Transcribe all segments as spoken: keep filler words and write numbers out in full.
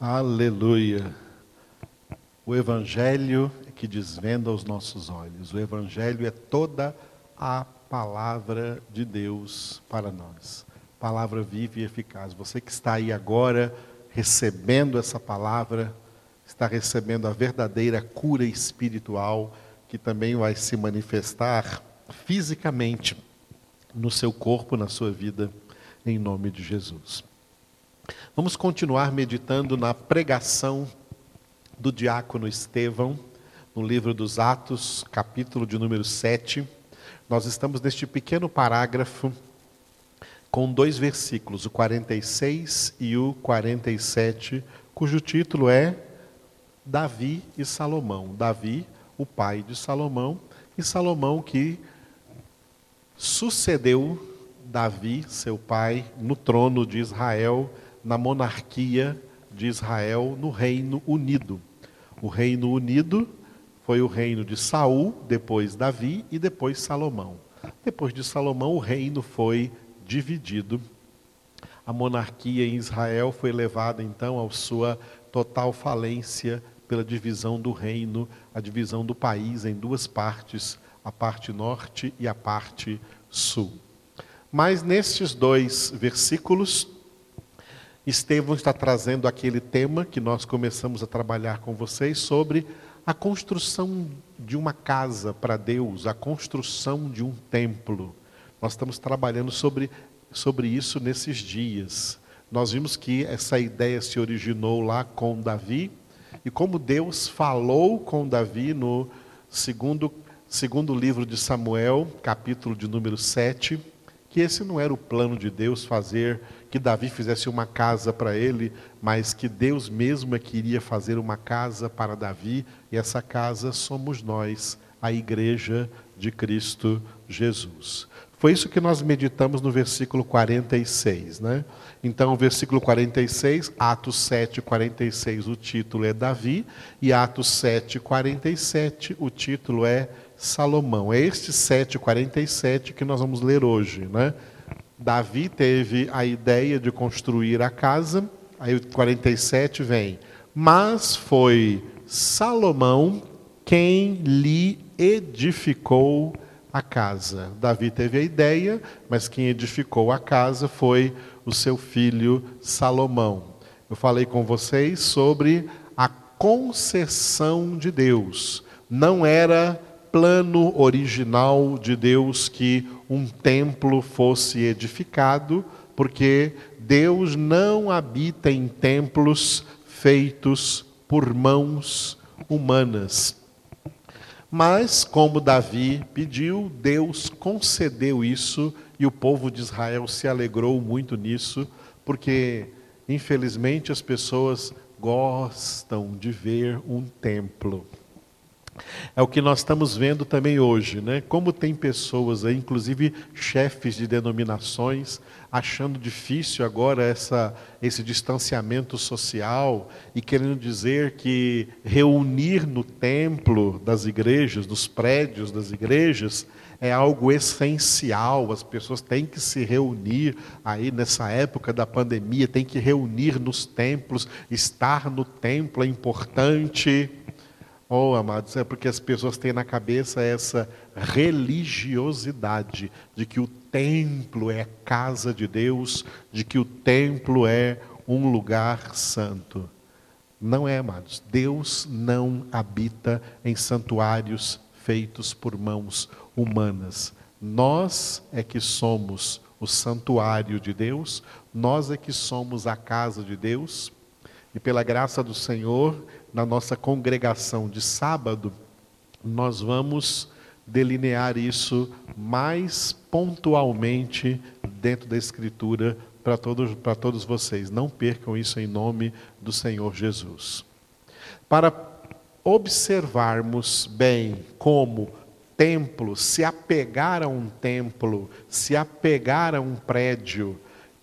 Aleluia. O Evangelho é que desvenda os nossos olhos. O Evangelho é toda a palavra de Deus para nós. Palavra viva e eficaz. Você que está aí agora recebendo essa palavra, está recebendo a verdadeira cura espiritual, que também vai se manifestar fisicamente no seu corpo, na sua vida, em nome de Jesus. Vamos continuar meditando na pregação do diácono Estevão, no livro dos Atos, capítulo de número sete. Nós estamos neste pequeno parágrafo com dois versículos, o quarenta e seis e o quarenta e sete, cujo título é Davi e Salomão. Davi, o pai de Salomão, e Salomão que sucedeu Davi, seu pai, no trono de Israel, na monarquia de Israel, no Reino Unido. O Reino Unido foi o reino de Saul, depois Davi e depois Salomão. Depois de Salomão, o reino foi dividido. A monarquia em Israel foi levada então à sua total falência pela divisão do reino, a divisão do país em duas partes, a parte norte e a parte sul. Mas nestes dois versículos, Estevão está trazendo aquele tema que nós começamos a trabalhar com vocês sobre a construção de uma casa para Deus, a construção de um templo. Nós estamos trabalhando sobre, sobre isso nesses dias. Nós vimos que essa ideia se originou lá com Davi, e como Deus falou com Davi no segundo, segundo livro de Samuel, capítulo de número sete, que esse não era o plano de Deus fazer, que Davi fizesse uma casa para ele, mas que Deus mesmo queria fazer uma casa para Davi, e essa casa somos nós, a igreja de Cristo Jesus. Foi isso que nós meditamos no versículo quarenta e seis, né? Então, o versículo quarenta e seis, Atos sete, quarenta e seis, o título é Davi, e Atos sete, quarenta e sete, o título é Salomão. É este sete, quarenta e sete que nós vamos ler hoje, né? Davi teve a ideia de construir a casa, aí o quarenta e sete vem, mas foi Salomão quem lhe edificou a casa. Davi teve a ideia, mas quem edificou a casa foi o seu filho Salomão. Eu falei com vocês sobre a concessão de Deus. Não era plano original de Deus que um templo fosse edificado, porque Deus não habita em templos feitos por mãos humanas. Mas, como Davi pediu, Deus concedeu isso, e o povo de Israel se alegrou muito nisso, porque, infelizmente, as pessoas gostam de ver um templo. É o que nós estamos vendo também hoje, né? Como tem pessoas aí, inclusive chefes de denominações, achando difícil agora essa, esse distanciamento social e querendo dizer que reunir no templo das igrejas, nos prédios das igrejas, é algo essencial. As pessoas têm que se reunir aí nessa época da pandemia, têm que reunir nos templos, estar no templo é importante. Oh, amados, é porque as pessoas têm na cabeça essa religiosidade de que o templo é a casa de Deus, de que o templo é um lugar santo. Não é, amados. Deus não habita em santuários feitos por mãos humanas. Nós é que somos o santuário de Deus, nós é que somos a casa de Deus, e pela graça do Senhor, na nossa congregação de sábado, nós vamos delinear isso mais pontualmente dentro da Escritura para todos, para todos vocês. Não percam isso em nome do Senhor Jesus. Para observarmos bem como templo, se apegar a um templo, se apegar a um prédio,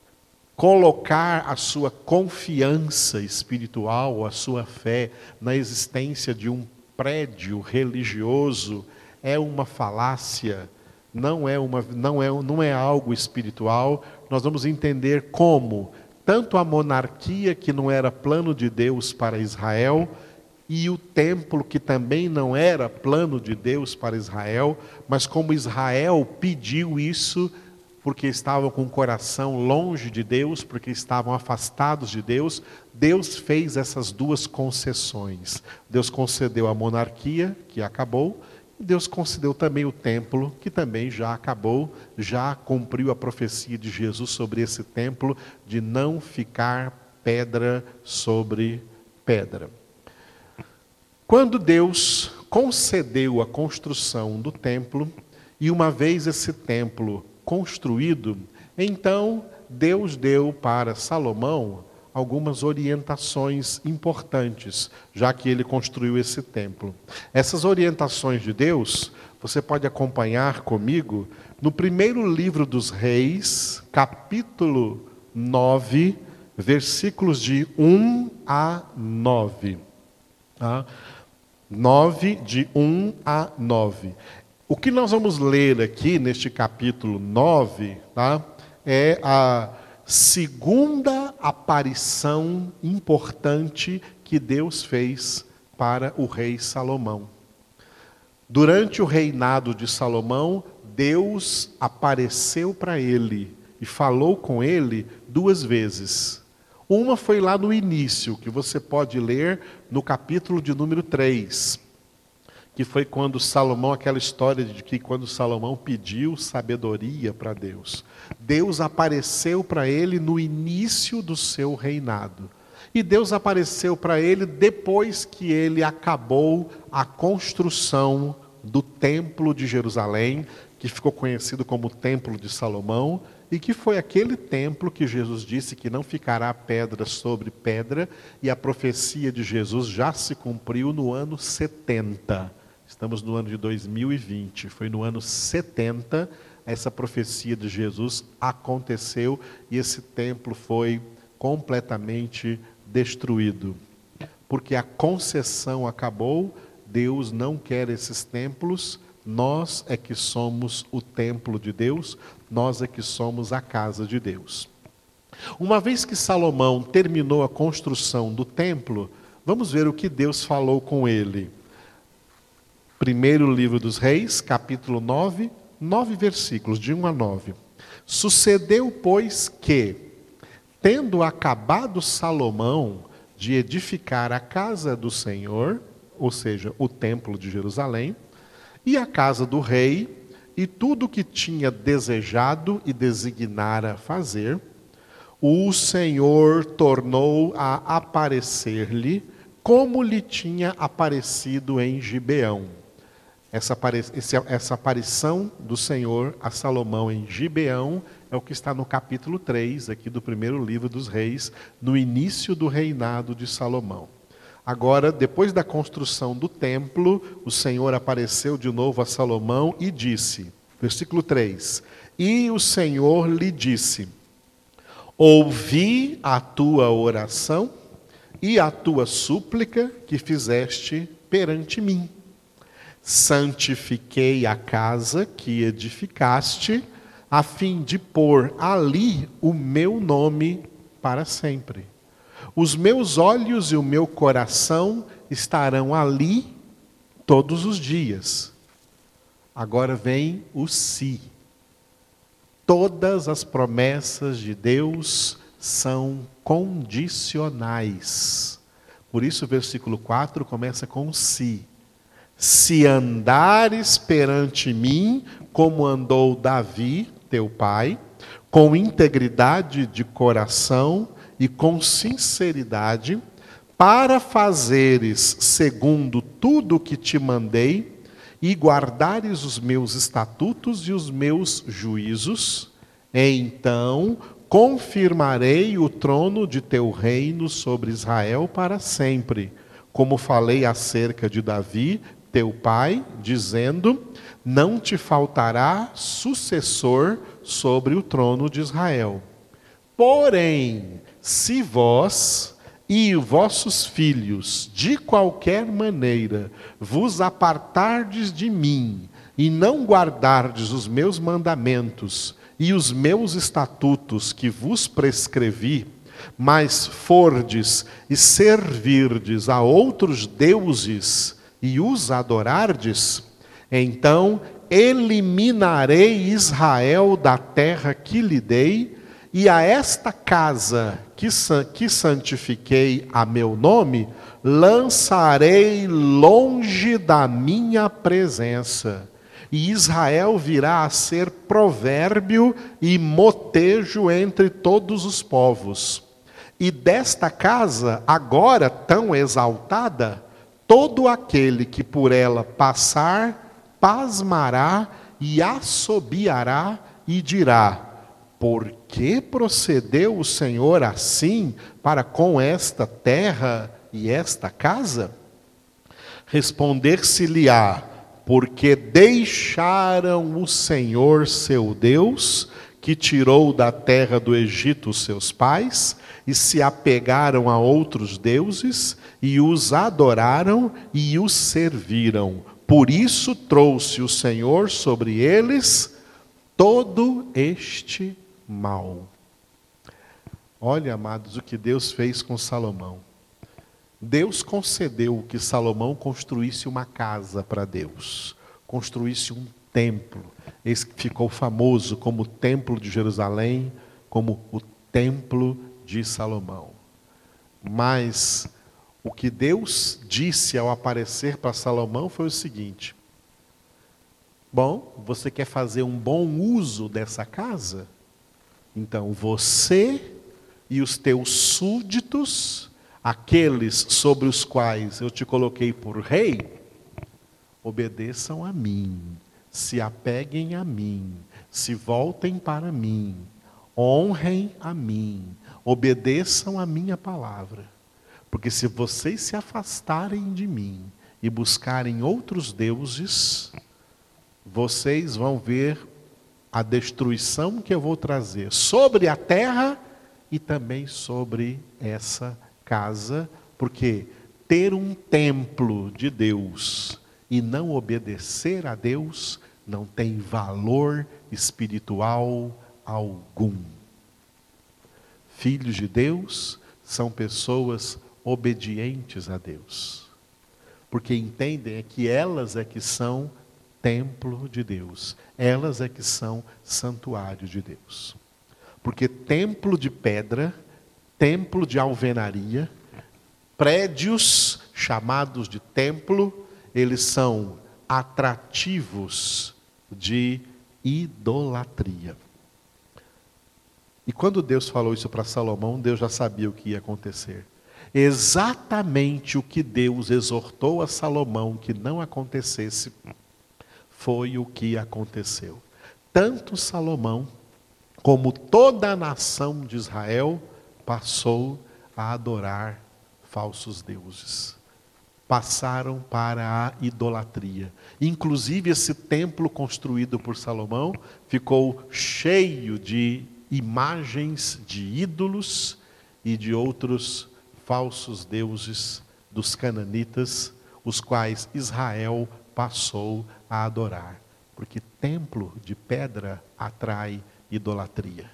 colocar a sua confiança espiritual, a sua fé na existência de um prédio religioso é uma falácia, não é, uma, não é, não é algo espiritual. Nós vamos entender como tanto a monarquia, que não era plano de Deus para Israel, e o templo, que também não era plano de Deus para Israel, mas como Israel pediu isso, porque estavam com o coração longe de Deus, porque estavam afastados de Deus, Deus fez essas duas concessões. Deus concedeu a monarquia, que acabou, e Deus concedeu também o templo, que também já acabou, já cumpriu a profecia de Jesus sobre esse templo, de não ficar pedra sobre pedra. Quando Deus concedeu a construção do templo, e uma vez esse templo construído, então Deus deu para Salomão algumas orientações importantes, já que ele construiu esse templo. Essas orientações de Deus, você pode acompanhar comigo no primeiro livro dos Reis, capítulo nove, versículos de um a nove. Tá? nove, de um a nove. O que nós vamos ler aqui neste capítulo nove, tá? É a segunda aparição importante que Deus fez para o rei Salomão. Durante o reinado de Salomão, Deus apareceu para ele e falou com ele duas vezes. Uma foi lá no início, que você pode ler no capítulo de número três, que foi quando Salomão, aquela história de que quando Salomão pediu sabedoria para Deus, Deus apareceu para ele no início do seu reinado. E Deus apareceu para ele depois que ele acabou a construção do templo de Jerusalém, que ficou conhecido como o Templo de Salomão, e que foi aquele templo que Jesus disse que não ficará pedra sobre pedra, e a profecia de Jesus já se cumpriu no ano setenta. Estamos no ano de dois mil e vinte, foi no ano setenta, essa profecia de Jesus aconteceu e esse templo foi completamente destruído. Porque a concessão acabou, Deus não quer esses templos, nós é que somos o templo de Deus, nós é que somos a casa de Deus. Uma vez que Salomão terminou a construção do templo, vamos ver o que Deus falou com ele. Primeiro livro dos Reis, capítulo nove, nove versículos, de um a nove. Sucedeu, pois, que, tendo acabado Salomão de edificar a casa do Senhor, ou seja, o templo de Jerusalém, e a casa do rei, e tudo o que tinha desejado e designara fazer, o Senhor tornou a aparecer-lhe, como lhe tinha aparecido em Gibeão. Essa, essa aparição do Senhor a Salomão em Gibeão é o que está no capítulo três, aqui do primeiro livro dos Reis, no início do reinado de Salomão. Agora, depois da construção do templo, o Senhor apareceu de novo a Salomão e disse, versículo três, e o Senhor lhe disse, ouvi a tua oração e a tua súplica que fizeste perante mim. Santifiquei a casa que edificaste, a fim de pôr ali o meu nome para sempre. Os meus olhos e o meu coração estarão ali todos os dias. Agora vem o si. Todas as promessas de Deus são condicionais. Por isso o versículo quatro começa com si. Se andares perante mim, como andou Davi, teu pai, com integridade de coração e com sinceridade, para fazeres segundo tudo o que te mandei, e guardares os meus estatutos e os meus juízos, então confirmarei o trono de teu reino sobre Israel para sempre, como falei acerca de Davi, teu pai, dizendo, não te faltará sucessor sobre o trono de Israel. Porém, se vós e vossos filhos, de qualquer maneira, vos apartardes de mim, e não guardardes os meus mandamentos e os meus estatutos que vos prescrevi, Mas fordes e servirdes a outros deuses e os adorardes, então eliminarei Israel da terra que lhe dei, e a esta casa que, que santifiquei a meu nome, lançarei longe da minha presença. E Israel virá a ser provérbio e motejo entre todos os povos. E desta casa, agora tão exaltada, todo aquele que por ela passar, pasmará e assobiará e dirá: por que procedeu o Senhor assim para com esta terra e esta casa? Responder-se-lhe-á: porque deixaram o Senhor seu Deus, que tirou da terra do Egito os seus pais, e se apegaram a outros deuses, e os adoraram e os serviram. Por isso trouxe o Senhor sobre eles todo este mal. Olha, amados, o que Deus fez com Salomão. Deus concedeu que Salomão construísse uma casa para Deus, construísse um templo. Esse que ficou famoso como o Templo de Jerusalém, como o Templo de Salomão. Mas o que Deus disse ao aparecer para Salomão foi o seguinte: bom, você quer fazer um bom uso dessa casa? Então você e os teus súditos, aqueles sobre os quais eu te coloquei por rei, obedeçam a mim, se apeguem a mim, se voltem para mim, honrem a mim, obedeçam a minha palavra. Porque se vocês se afastarem de mim e buscarem outros deuses, vocês vão ver a destruição que eu vou trazer sobre a terra e também sobre essa casa, porque ter um templo de Deus e não obedecer a Deus não tem valor espiritual algum. Filhos de Deus são pessoas obedientes a Deus, porque entendem é que elas é que são templo de Deus, elas é que são santuário de Deus. Porque templo de pedra, templo de alvenaria, prédios chamados de templo, eles são atrativos de idolatria. E quando Deus falou isso para Salomão, Deus já sabia o que ia acontecer. Exatamente o que Deus exortou a Salomão que não acontecesse, foi o que aconteceu. Tanto Salomão, como toda a nação de Israel, passou a adorar falsos deuses. Passaram para a idolatria. Inclusive esse templo construído por Salomão ficou cheio de imagens de ídolos e de outros falsos deuses dos cananitas, os quais Israel passou a adorar. Porque templo de pedra atrai idolatria.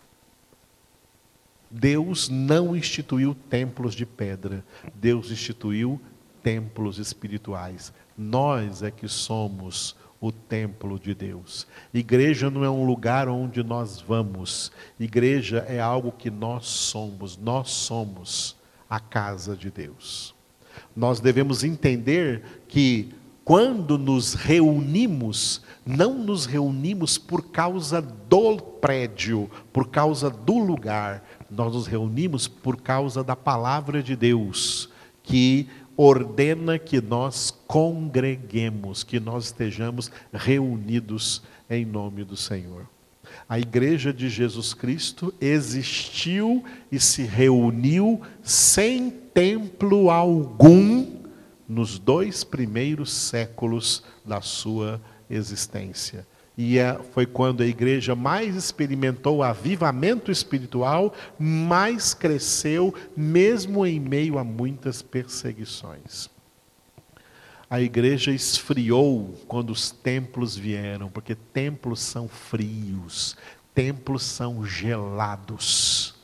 Deus não instituiu templos de pedra, Deus instituiu templos espirituais. Nós é que somos o templo de Deus. Igreja não é um lugar onde nós vamos, igreja é algo que nós somos, nós somos a casa de Deus. Nós devemos entender que quando nos reunimos, não nos reunimos por causa do prédio, por causa do lugar, nós nos reunimos por causa da palavra de Deus, que ordena que nós congreguemos, que nós estejamos reunidos em nome do Senhor. A igreja de Jesus Cristo existiu e se reuniu sem templo algum nos dois primeiros séculos da sua existência. E foi quando a igreja mais experimentou avivamento espiritual, mais cresceu, mesmo em meio a muitas perseguições. A igreja esfriou quando os templos vieram, porque templos são frios, templos são gelados.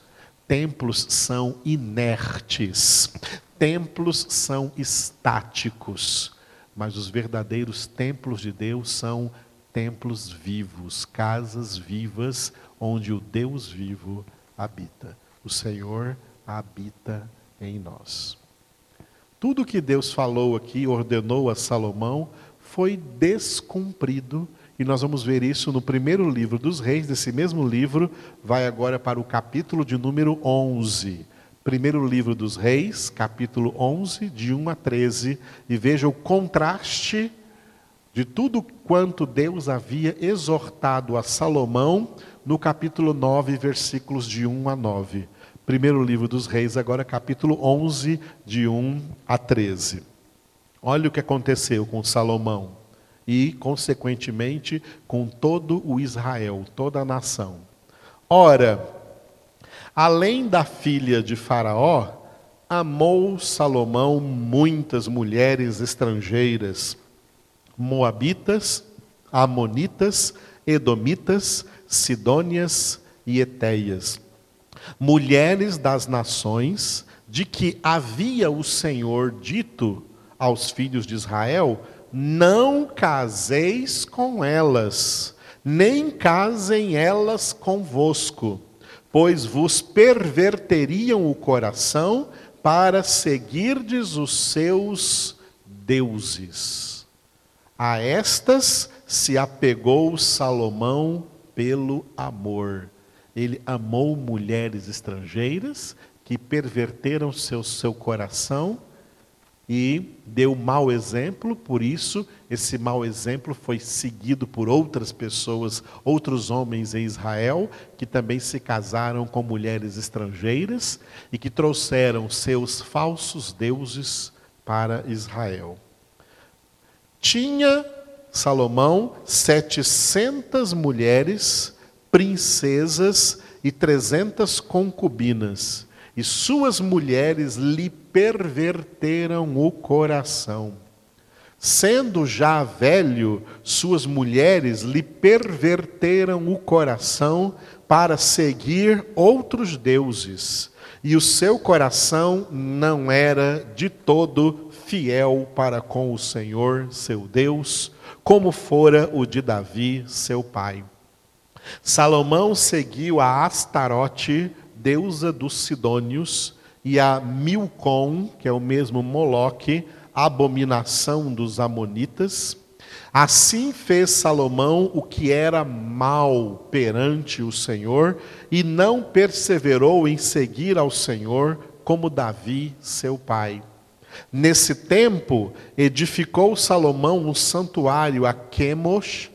Templos são inertes, templos são estáticos, mas os verdadeiros templos de Deus são templos vivos, casas vivas, onde o Deus vivo habita. O Senhor habita em nós. Tudo que Deus falou aqui, ordenou a Salomão, foi descumprido. E nós vamos ver isso no primeiro livro dos Reis, desse mesmo livro, vai agora para o capítulo de número onze. Primeiro livro dos Reis, capítulo onze, de um a treze, e veja o contraste de tudo quanto Deus havia exortado a Salomão no capítulo nove, versículos de um a nove. Primeiro livro dos Reis, agora capítulo onze, de um a treze. Olha o que aconteceu com Salomão. E, consequentemente, com todo o Israel, toda a nação. Ora, além da filha de Faraó, amou Salomão muitas mulheres estrangeiras, moabitas, amonitas, edomitas, sidônias e etéias, mulheres das nações, de que havia o Senhor dito aos filhos de Israel: não caseis com elas, nem casem elas convosco, pois vos perverteriam o coração para seguirdes os seus deuses. A estas se apegou Salomão pelo amor. Ele amou mulheres estrangeiras que perverteram seu, seu coração e deu mau exemplo. Por isso, esse mau exemplo foi seguido por outras pessoas, outros homens em Israel, que também se casaram com mulheres estrangeiras e que trouxeram seus falsos deuses para Israel. Tinha Salomão setecentas mulheres, princesas e trezentas concubinas, e suas mulheres lhe perverteram o coração. Sendo já velho, suas mulheres lhe perverteram o coração para seguir outros deuses, e o seu coração não era de todo fiel para com o Senhor, seu Deus, como fora o de Davi, seu pai. Salomão seguiu a Astarote, deusa dos Sidônios, e a Milcom, que é o mesmo Moloque, abominação dos amonitas. Assim fez Salomão o que era mal perante o Senhor, e não perseverou em seguir ao Senhor como Davi, seu pai. Nesse tempo, edificou Salomão um santuário a Quemosh,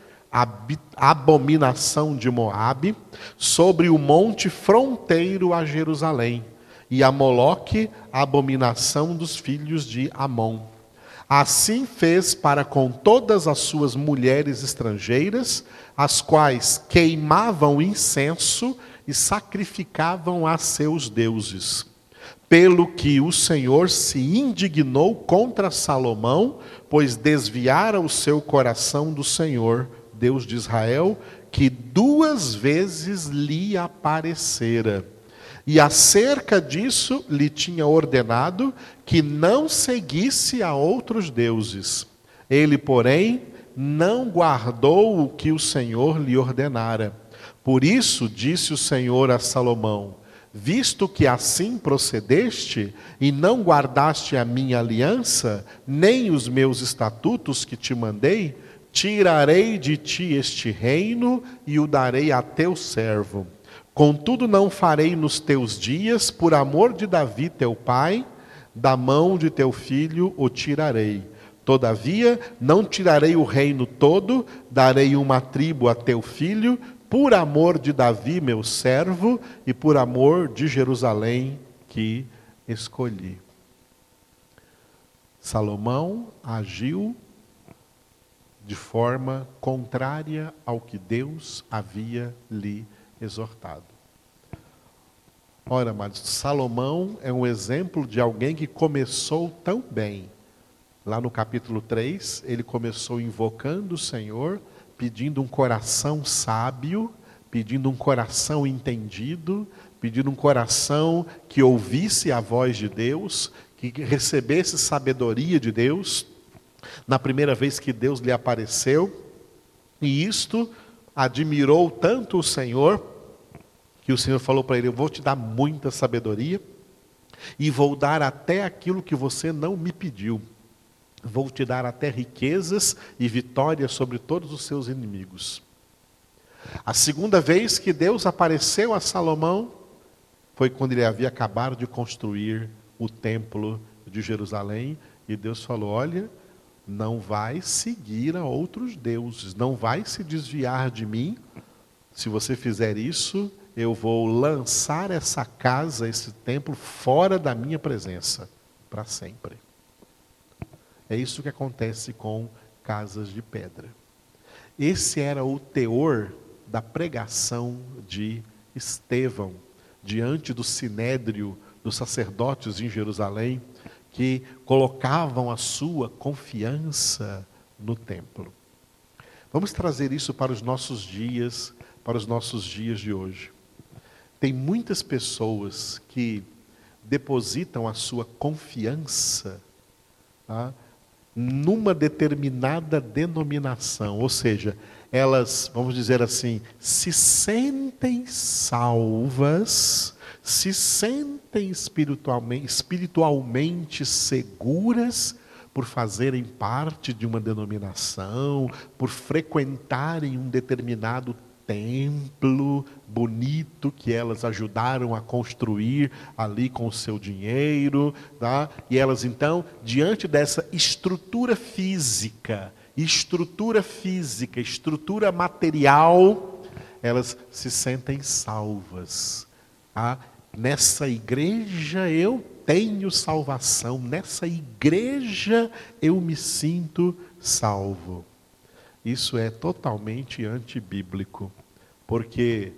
abominação de Moabe, sobre o monte fronteiro a Jerusalém, e a Moloque, abominação dos filhos de Amon. Assim fez para com todas as suas mulheres estrangeiras, as quais queimavam incenso e sacrificavam a seus deuses. Pelo que o Senhor se indignou contra Salomão, pois desviara o seu coração do Senhor, Deus de Israel, que duas vezes lhe aparecera. E acerca disso lhe tinha ordenado que não seguisse a outros deuses. Ele, porém, não guardou o que o Senhor lhe ordenara. Por isso disse o Senhor a Salomão: visto que assim procedeste e não guardaste a minha aliança, nem os meus estatutos que te mandei, tirarei de ti este reino e o darei a teu servo. Contudo não farei nos teus dias, por amor de Davi teu pai, da mão de teu filho o tirarei. Todavia não tirarei o reino todo, darei uma tribo a teu filho, por amor de Davi meu servo e por amor de Jerusalém que escolhi. Salomão agiu de forma contrária ao que Deus havia lhe exortado. Ora, mas Salomão é um exemplo de alguém que começou tão bem. Lá no capítulo três, ele começou invocando o Senhor, pedindo um coração sábio, pedindo um coração entendido, pedindo um coração que ouvisse a voz de Deus, que recebesse sabedoria de Deus, na primeira vez que Deus lhe apareceu, e isto admirou tanto o Senhor, que o Senhor falou para ele: eu vou te dar muita sabedoria, e vou dar até aquilo que você não me pediu, vou te dar até riquezas e vitória sobre todos os seus inimigos. A segunda vez que Deus apareceu a Salomão, foi quando ele havia acabado de construir o templo de Jerusalém, e Deus falou: olha, não vai seguir a outros deuses, não vai se desviar de mim. Se você fizer isso, eu vou lançar essa casa, esse templo, fora da minha presença, para sempre. É isso que acontece com casas de pedra. Esse era o teor da pregação de Estevão, diante do sinédrio dos sacerdotes em Jerusalém, que colocavam a sua confiança no templo. Vamos trazer isso para os nossos dias, para os nossos dias de hoje. Tem muitas pessoas que depositam a sua confiança, tá, numa determinada denominação, ou seja, elas, vamos dizer assim, se sentem salvas, se sentem espiritualmente, espiritualmente seguras por fazerem parte de uma denominação, por frequentarem um determinado templo bonito que elas ajudaram a construir ali com o seu dinheiro, tá? E elas então, diante dessa estrutura física, estrutura física, estrutura material, elas se sentem salvas. Ah, nessa igreja eu tenho salvação, nessa igreja eu me sinto salvo. Isso é totalmente antibíblico, porque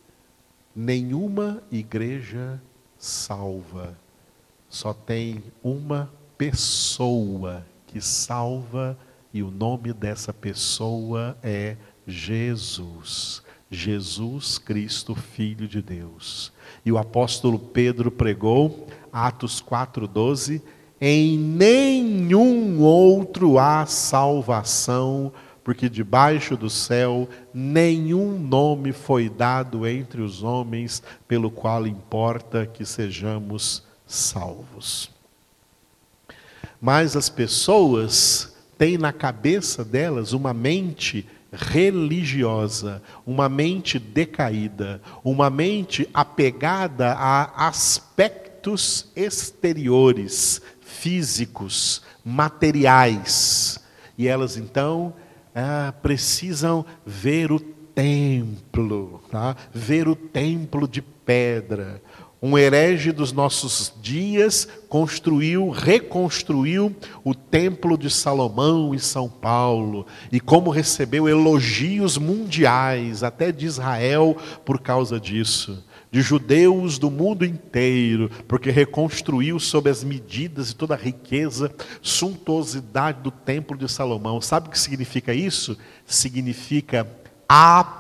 nenhuma igreja salva, só tem uma pessoa que salva, e o nome dessa pessoa é Jesus. Jesus Cristo, Filho de Deus. E o apóstolo Pedro pregou, Atos quatro, doze, em nenhum outro há salvação, porque debaixo do céu nenhum nome foi dado entre os homens pelo qual importa que sejamos salvos. Mas as pessoas têm na cabeça delas uma mente religiosa, uma mente decaída, uma mente apegada a aspectos exteriores, físicos, materiais. E elas então ah, precisam ver o templo, tá? Ver o templo de pedra. Um herege dos nossos dias construiu, reconstruiu o templo de Salomão em São Paulo, e como recebeu elogios mundiais, até de Israel por causa disso, de judeus do mundo inteiro, porque reconstruiu sob as medidas e toda a riqueza, suntuosidade do templo de Salomão. Sabe o que significa isso? Significa a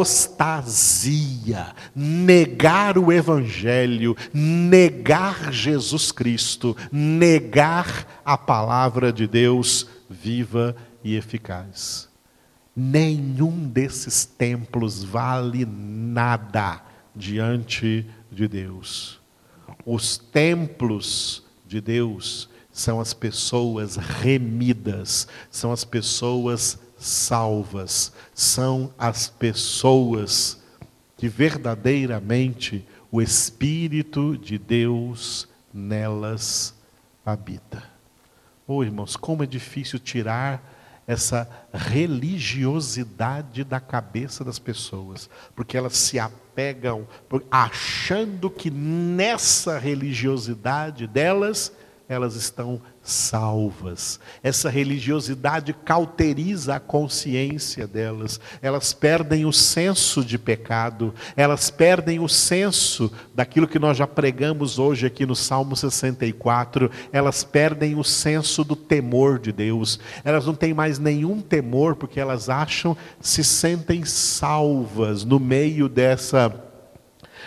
apostasia, negar o Evangelho, negar Jesus Cristo, negar a palavra de Deus viva e eficaz. Nenhum desses templos vale nada diante de Deus. Os templos de Deus são as pessoas remidas, são as pessoas salvas, são as pessoas que verdadeiramente o Espírito de Deus nelas habita. Oh, irmãos, como é difícil tirar essa religiosidade da cabeça das pessoas, porque elas se apegam, achando que nessa religiosidade delas, elas estão salvas. Essa religiosidade cauteriza a consciência delas. Elas perdem o senso de pecado. Elas perdem o senso daquilo que nós já pregamos hoje aqui no Salmo sessenta e quatro. Elas perdem o senso do temor de Deus. Elas não têm mais nenhum temor, porque elas acham, se sentem salvas no meio dessa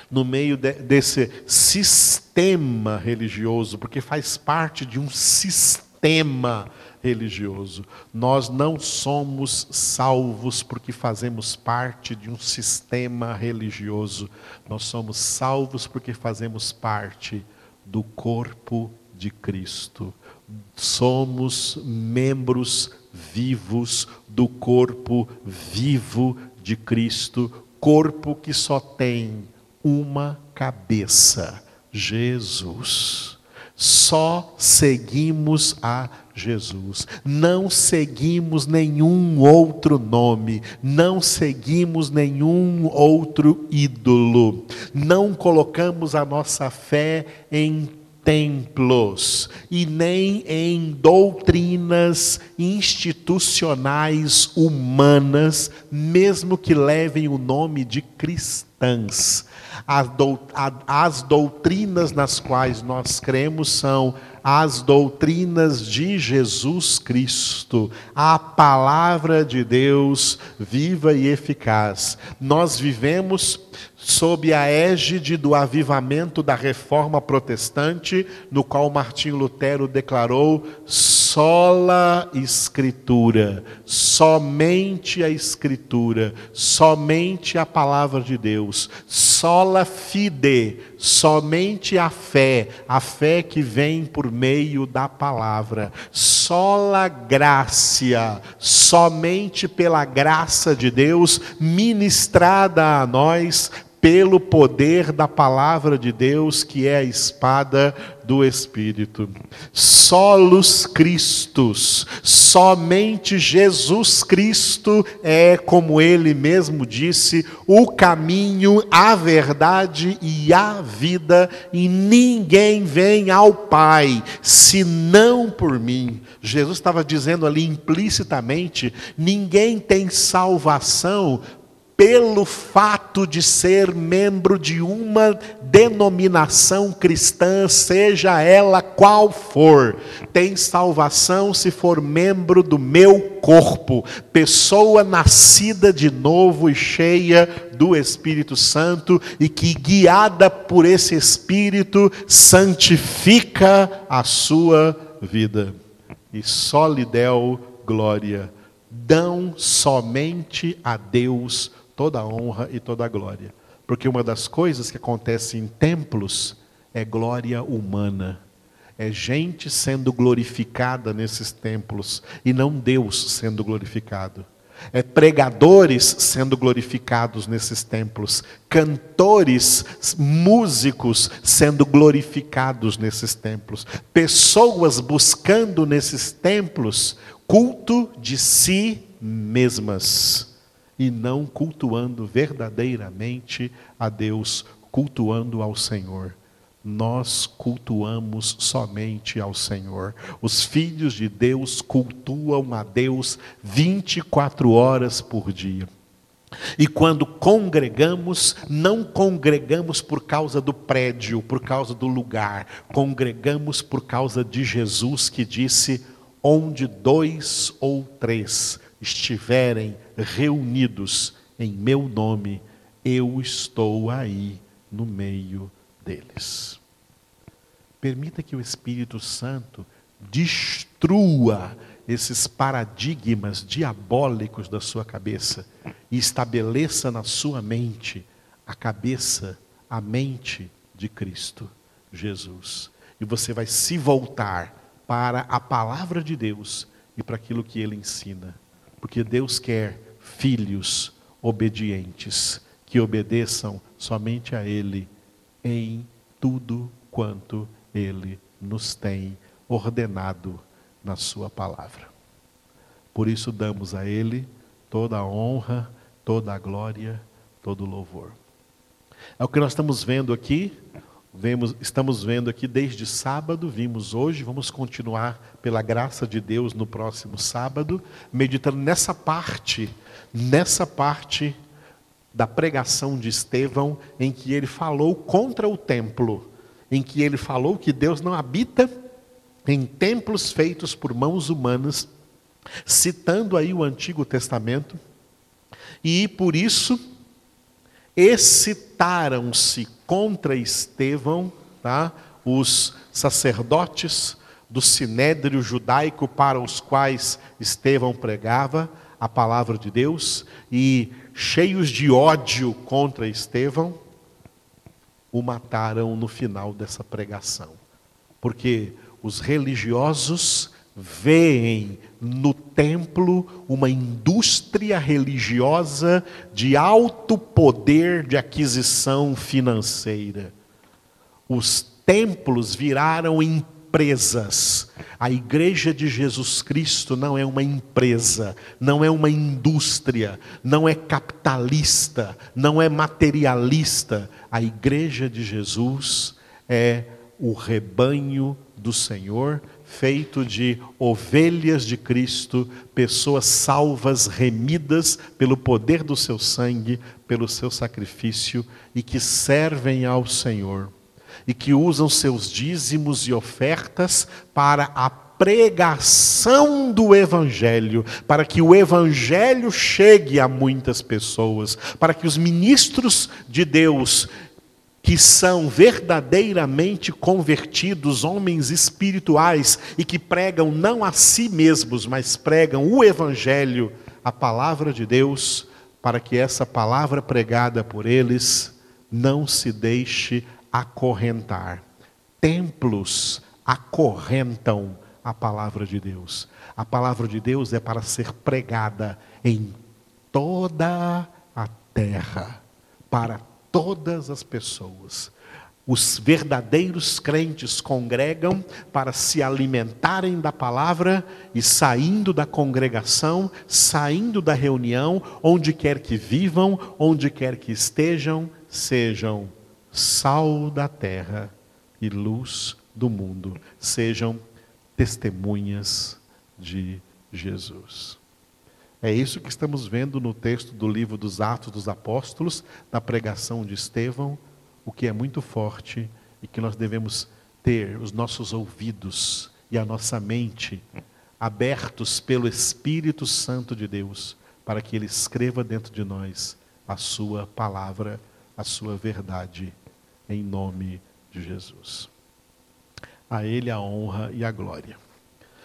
no meio de, desse sistema religioso, porque faz parte de um sistema religioso. Nós não somos salvos porque fazemos parte de um sistema religioso. Nós somos salvos porque fazemos parte do corpo de Cristo. Somos membros vivos do corpo vivo de Cristo, corpo que só tem uma cabeça, Jesus. Só seguimos a Jesus. Não seguimos nenhum outro nome, não seguimos nenhum outro ídolo. Não colocamos a nossa fé em templos e nem em doutrinas institucionais humanas, mesmo que levem o nome de cristãs. As doutrinas nas quais nós cremos são as doutrinas de Jesus Cristo, a palavra de Deus viva e eficaz. Nós vivemos sob a égide do avivamento da Reforma Protestante, no qual Martinho Lutero declarou: sola Escritura, somente a Escritura, somente a palavra de Deus, sola fide, somente a fé, a fé que vem por meio da palavra, sola gracia, somente pela graça de Deus ministrada a nós pelo poder da palavra de Deus, que é a espada do Espírito. Solos Christus, somente Jesus Cristo é, como ele mesmo disse, o caminho, a verdade e a vida, e ninguém vem ao Pai senão por mim. Jesus estava dizendo ali implicitamente: ninguém tem salvação pelo fato de ser membro de uma denominação cristã, seja ela qual for. Tem salvação se for membro do meu corpo, pessoa nascida de novo e cheia do Espírito Santo, e que, guiada por esse Espírito, santifica a sua vida. E só lhe deu glória. Dão somente a Deus toda a honra e toda a glória. Porque uma das coisas que acontece em templos é glória humana. É gente sendo glorificada nesses templos e não Deus sendo glorificado. É pregadores sendo glorificados nesses templos, cantores, músicos sendo glorificados nesses templos, pessoas buscando nesses templos culto de si mesmas e não cultuando verdadeiramente a Deus, cultuando ao Senhor. Nós cultuamos somente ao Senhor. Os filhos de Deus cultuam a Deus vinte e quatro horas por dia. E quando congregamos, não congregamos por causa do prédio, por causa do lugar. Congregamos por causa de Jesus, que disse: onde dois ou três estiverem reunidos em meu nome, eu estou aí no meio deles. Permita que o Espírito Santo destrua esses paradigmas diabólicos da sua cabeça e estabeleça na sua mente a cabeça, a mente de Cristo Jesus. E você vai se voltar para a palavra de Deus e para aquilo que Ele ensina. Porque Deus quer filhos obedientes, que obedeçam somente a Ele em tudo quanto Ele nos tem ordenado na sua palavra. Por isso damos a Ele toda a honra, toda a glória, todo o louvor. É o que nós estamos vendo aqui, vemos, estamos vendo aqui desde sábado, vimos hoje, vamos continuar pela graça de Deus no próximo sábado, meditando nessa parte, nessa parte da pregação de Estevão, em que ele falou contra o templo, em que ele falou que Deus não habita em templos feitos por mãos humanas, citando aí o Antigo Testamento, e por isso excitaram-se contra Estevão, tá? Os sacerdotes do sinédrio judaico para os quais Estevão pregava a palavra de Deus, e cheios de ódio contra Estevão, o mataram no final dessa pregação. Porque os religiosos veem no templo uma indústria religiosa de alto poder de aquisição financeira. Os templos viraram empresas. A Igreja de Jesus Cristo não é uma empresa, não é uma indústria, não é capitalista, não é materialista. A Igreja de Jesus é o rebanho do Senhor, feito de ovelhas de Cristo, pessoas salvas, remidas pelo poder do seu sangue, pelo seu sacrifício, e que servem ao Senhor, e que usam seus dízimos e ofertas para a pregação do Evangelho, para que o Evangelho chegue a muitas pessoas, para que os ministros de Deus, que são verdadeiramente convertidos, homens espirituais, e que pregam não a si mesmos, mas pregam o Evangelho, a palavra de Deus, para que essa palavra pregada por eles não se deixe acorrentar. Templos acorrentam a palavra de Deus. A palavra de Deus é para ser pregada em toda a terra, para todas as pessoas. Os verdadeiros crentes congregam para se alimentarem da palavra e, saindo da congregação, saindo da reunião, onde quer que vivam, onde quer que estejam, sejam sal da terra e luz do mundo, sejam testemunhas de Jesus. É isso que estamos vendo no texto do livro dos Atos dos Apóstolos, da pregação de Estevão, o que é muito forte e que nós devemos ter os nossos ouvidos e a nossa mente abertos pelo Espírito Santo de Deus, para que Ele escreva dentro de nós a sua palavra, a sua verdade, em nome de Jesus. A Ele a honra e a glória.